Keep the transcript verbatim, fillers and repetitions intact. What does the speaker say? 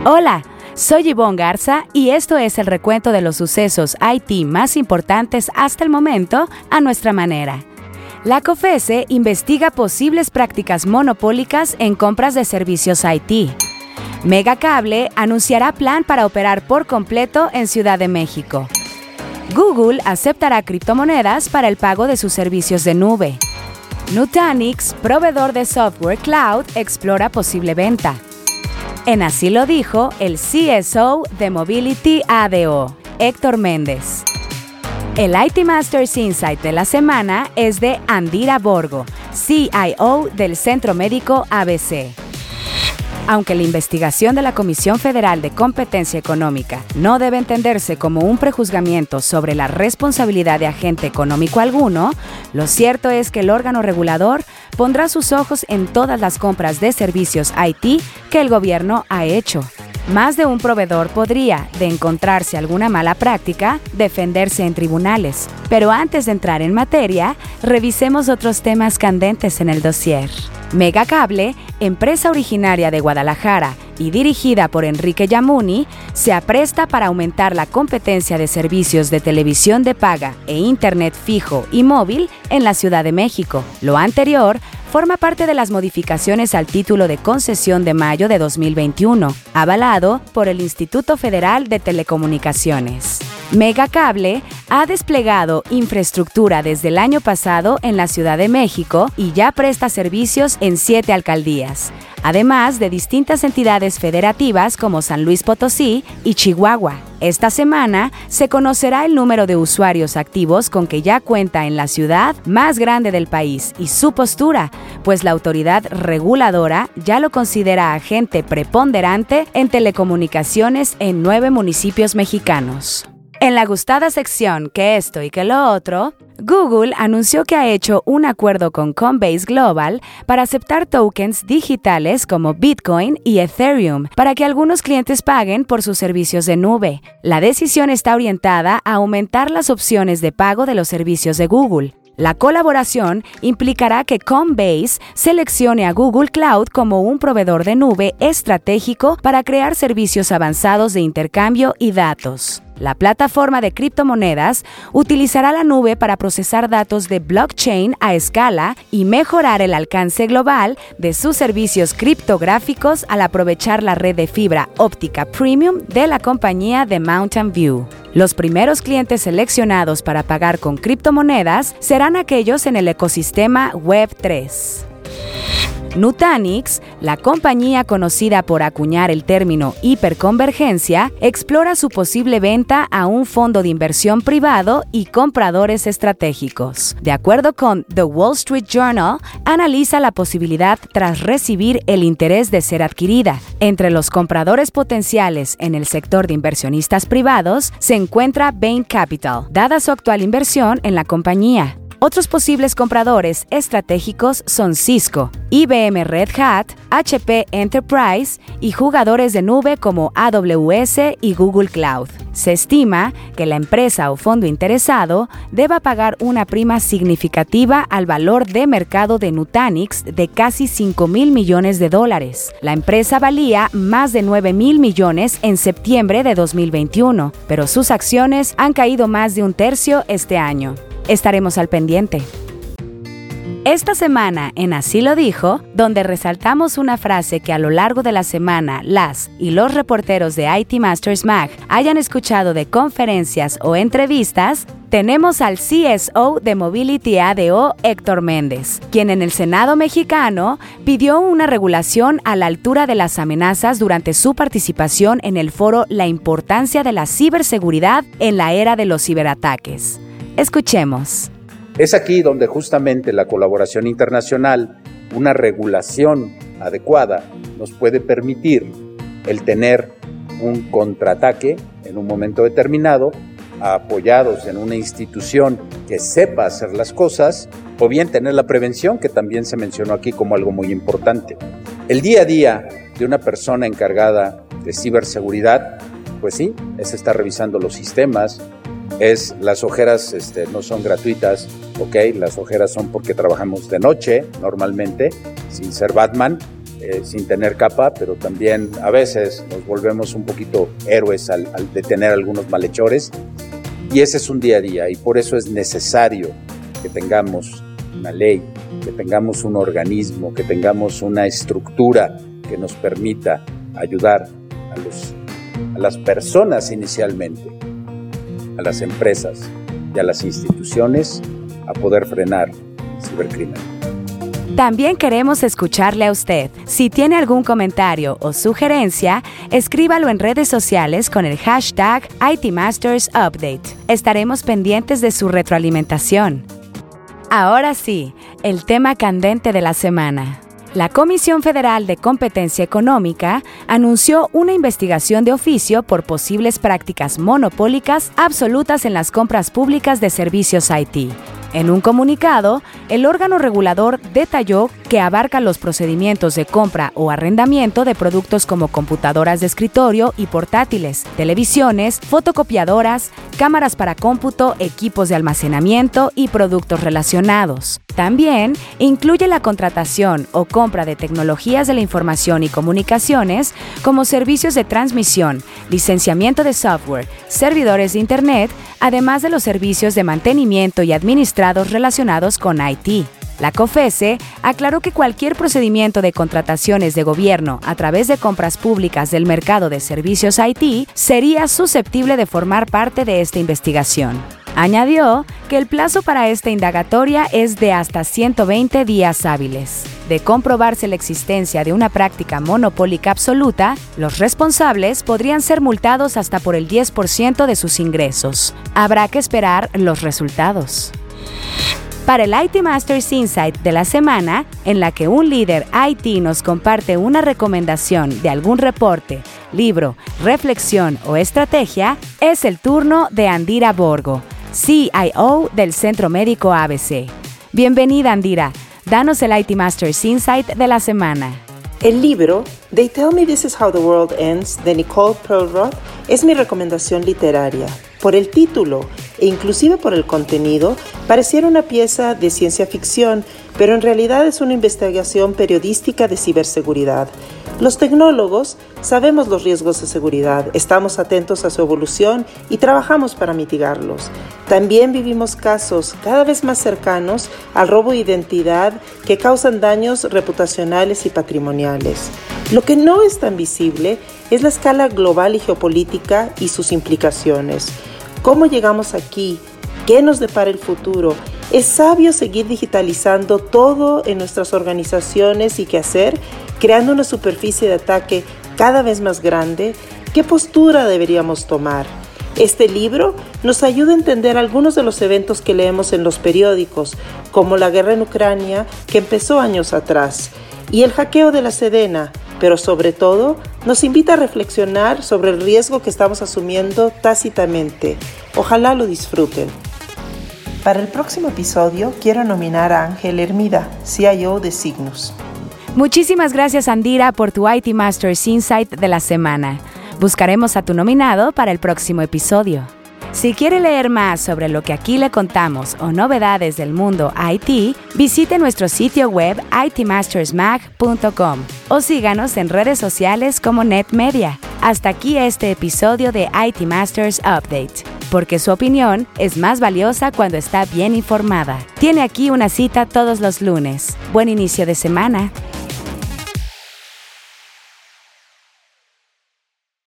Hola, soy Ivonne Garza y esto es el recuento de los sucesos I T más importantes hasta el momento a nuestra manera. La COFESE investiga posibles prácticas monopólicas en compras de servicios I T. Megacable anunciará plan para operar por completo en Ciudad de México. Google aceptará criptomonedas para el pago de sus servicios de nube. Nutanix, proveedor de software cloud, explora posible venta. En Así lo dijo el C S O de Mobility A D O, Héctor Méndez. El I T Masters Insight de la semana es de Andira Borgo, C I O del Centro Médico A B C. Aunque la investigación de la Comisión Federal de Competencia Económica no debe entenderse como un prejuzgamiento sobre la responsabilidad de agente económico alguno, lo cierto es que el órgano regulador pondrá sus ojos en todas las compras de servicios I T que el gobierno ha hecho. Más de un proveedor podría, de encontrarse alguna mala práctica, defenderse en tribunales. Pero antes de entrar en materia, revisemos otros temas candentes en el dossier. Megacable, empresa originaria de Guadalajara y dirigida por Enrique Yamuni, se apresta para aumentar la competencia de servicios de televisión de paga e internet fijo y móvil en la Ciudad de México. Lo anterior forma parte de las modificaciones al título de concesión de mayo de dos mil veintiuno, avalado por el Instituto Federal de Telecomunicaciones. Megacable ha desplegado infraestructura desde el año pasado en la Ciudad de México y ya presta servicios en siete alcaldías, además de distintas entidades federativas como San Luis Potosí y Chihuahua. Esta semana se conocerá el número de usuarios activos con que ya cuenta en la ciudad más grande del país y su postura, pues la autoridad reguladora ya lo considera agente preponderante en telecomunicaciones en nueve municipios mexicanos. En la gustada sección que esto y que lo otro, Google anunció que ha hecho un acuerdo con Coinbase Global para aceptar tokens digitales como Bitcoin y Ethereum para que algunos clientes paguen por sus servicios de nube. La decisión está orientada a aumentar las opciones de pago de los servicios de Google. La colaboración implicará que Coinbase seleccione a Google Cloud como un proveedor de nube estratégico para crear servicios avanzados de intercambio y datos. La plataforma de criptomonedas utilizará la nube para procesar datos de blockchain a escala y mejorar el alcance global de sus servicios criptográficos al aprovechar la red de fibra óptica premium de la compañía de Mountain View. Los primeros clientes seleccionados para pagar con criptomonedas serán aquellos en el ecosistema web tres. Nutanix, la compañía conocida por acuñar el término hiperconvergencia, explora su posible venta a un fondo de inversión privado y compradores estratégicos. De acuerdo con The Wall Street Journal, analiza la posibilidad tras recibir el interés de ser adquirida. Entre los compradores potenciales en el sector de inversionistas privados se encuentra Bain Capital, dada su actual inversión en la compañía. Otros posibles compradores estratégicos son Cisco, I B M Red Hat, H P Enterprise y jugadores de nube como A W S y Google Cloud. Se estima que la empresa o fondo interesado deba pagar una prima significativa al valor de mercado de Nutanix de casi cinco mil millones de dólares. La empresa valía más de nueve mil millones en septiembre de dos mil veintiuno, pero sus acciones han caído más de un tercio este año. Estaremos al pendiente. Esta semana en Así lo dijo, donde resaltamos una frase que a lo largo de la semana las y los reporteros de I T Masters Mag hayan escuchado de conferencias o entrevistas, tenemos al C S O de Mobility A D O, Héctor Méndez, quien en el Senado mexicano pidió una regulación a la altura de las amenazas durante su participación en el foro La importancia de la ciberseguridad en la era de los ciberataques. Escuchemos. Es aquí donde justamente la colaboración internacional, una regulación adecuada, nos puede permitir el tener un contraataque en un momento determinado, apoyados en una institución que sepa hacer las cosas, o bien tener la prevención, que también se mencionó aquí como algo muy importante. El día a día de una persona encargada de ciberseguridad, pues sí, es estar revisando los sistemas, es las ojeras este, no son gratuitas, ok, las ojeras son porque trabajamos de noche normalmente, sin ser Batman, eh, sin tener capa, pero también a veces nos volvemos un poquito héroes al, al detener algunos malhechores. Y ese es un día a día, y por eso es necesario que tengamos una ley, que tengamos un organismo, que tengamos una estructura que nos permita ayudar a, los, a las personas inicialmente, a las empresas y a las instituciones a poder frenar el cibercrimen. También queremos escucharle a usted. Si tiene algún comentario o sugerencia, escríbalo en redes sociales con el hashtag I T Masters Update. Estaremos pendientes de su retroalimentación. Ahora sí, el tema candente de la semana. La Comisión Federal de Competencia Económica anunció una investigación de oficio por posibles prácticas monopólicas absolutas en las compras públicas de servicios I T. En un comunicado, el órgano regulador detalló que abarca los procedimientos de compra o arrendamiento de productos como computadoras de escritorio y portátiles, televisiones, fotocopiadoras, cámaras para cómputo, equipos de almacenamiento y productos relacionados. También incluye la contratación o compra de tecnologías de la información y comunicaciones como servicios de transmisión, licenciamiento de software, servidores de Internet, además de los servicios de mantenimiento y administrados relacionados con I T. La COFESE aclaró que cualquier procedimiento de contrataciones de gobierno a través de compras públicas del mercado de servicios I T sería susceptible de formar parte de esta investigación. Añadió que el plazo para esta indagatoria es de hasta ciento veinte días hábiles. De comprobarse la existencia de una práctica monopólica absoluta, los responsables podrían ser multados hasta por el diez por ciento de sus ingresos. Habrá que esperar los resultados. Para el I T Masters Insight de la semana, en la que un líder I T nos comparte una recomendación de algún reporte, libro, reflexión o estrategia, es el turno de Andira Borgo, C I O del Centro Médico A B C. Bienvenida, Andira. Danos el I T Masters Insight de la semana. El libro They Tell Me This Is How the World Ends de Nicole Perlroth es mi recomendación literaria. Por el título e inclusive por el contenido, pareciera una pieza de ciencia ficción, pero en realidad es una investigación periodística de ciberseguridad. Los tecnólogos sabemos los riesgos de seguridad, estamos atentos a su evolución y trabajamos para mitigarlos. También vivimos casos cada vez más cercanos al robo de identidad que causan daños reputacionales y patrimoniales. Lo que no es tan visible es la escala global y geopolítica y sus implicaciones. ¿Cómo llegamos aquí? ¿Qué nos depara el futuro? ¿Es sabio seguir digitalizando todo en nuestras organizaciones y qué hacer, creando una superficie de ataque cada vez más grande? ¿Qué postura deberíamos tomar? Este libro nos ayuda a entender algunos de los eventos que leemos en los periódicos, como la guerra en Ucrania, que empezó años atrás, y el hackeo de la Sedena, pero sobre todo nos invita a reflexionar sobre el riesgo que estamos asumiendo tácitamente. Ojalá lo disfruten. Para el próximo episodio quiero nominar a Ángel Hermida, C I O de Cygnus. Muchísimas gracias, Andira, por tu I T Masters Insight de la semana. Buscaremos a tu nominado para el próximo episodio. Si quiere leer más sobre lo que aquí le contamos o novedades del mundo I T, visite nuestro sitio web i t masters mag punto com o síganos en redes sociales como NetMedia. Hasta aquí este episodio de I T Masters Update, porque su opinión es más valiosa cuando está bien informada. Tiene aquí una cita todos los lunes. Buen inicio de semana.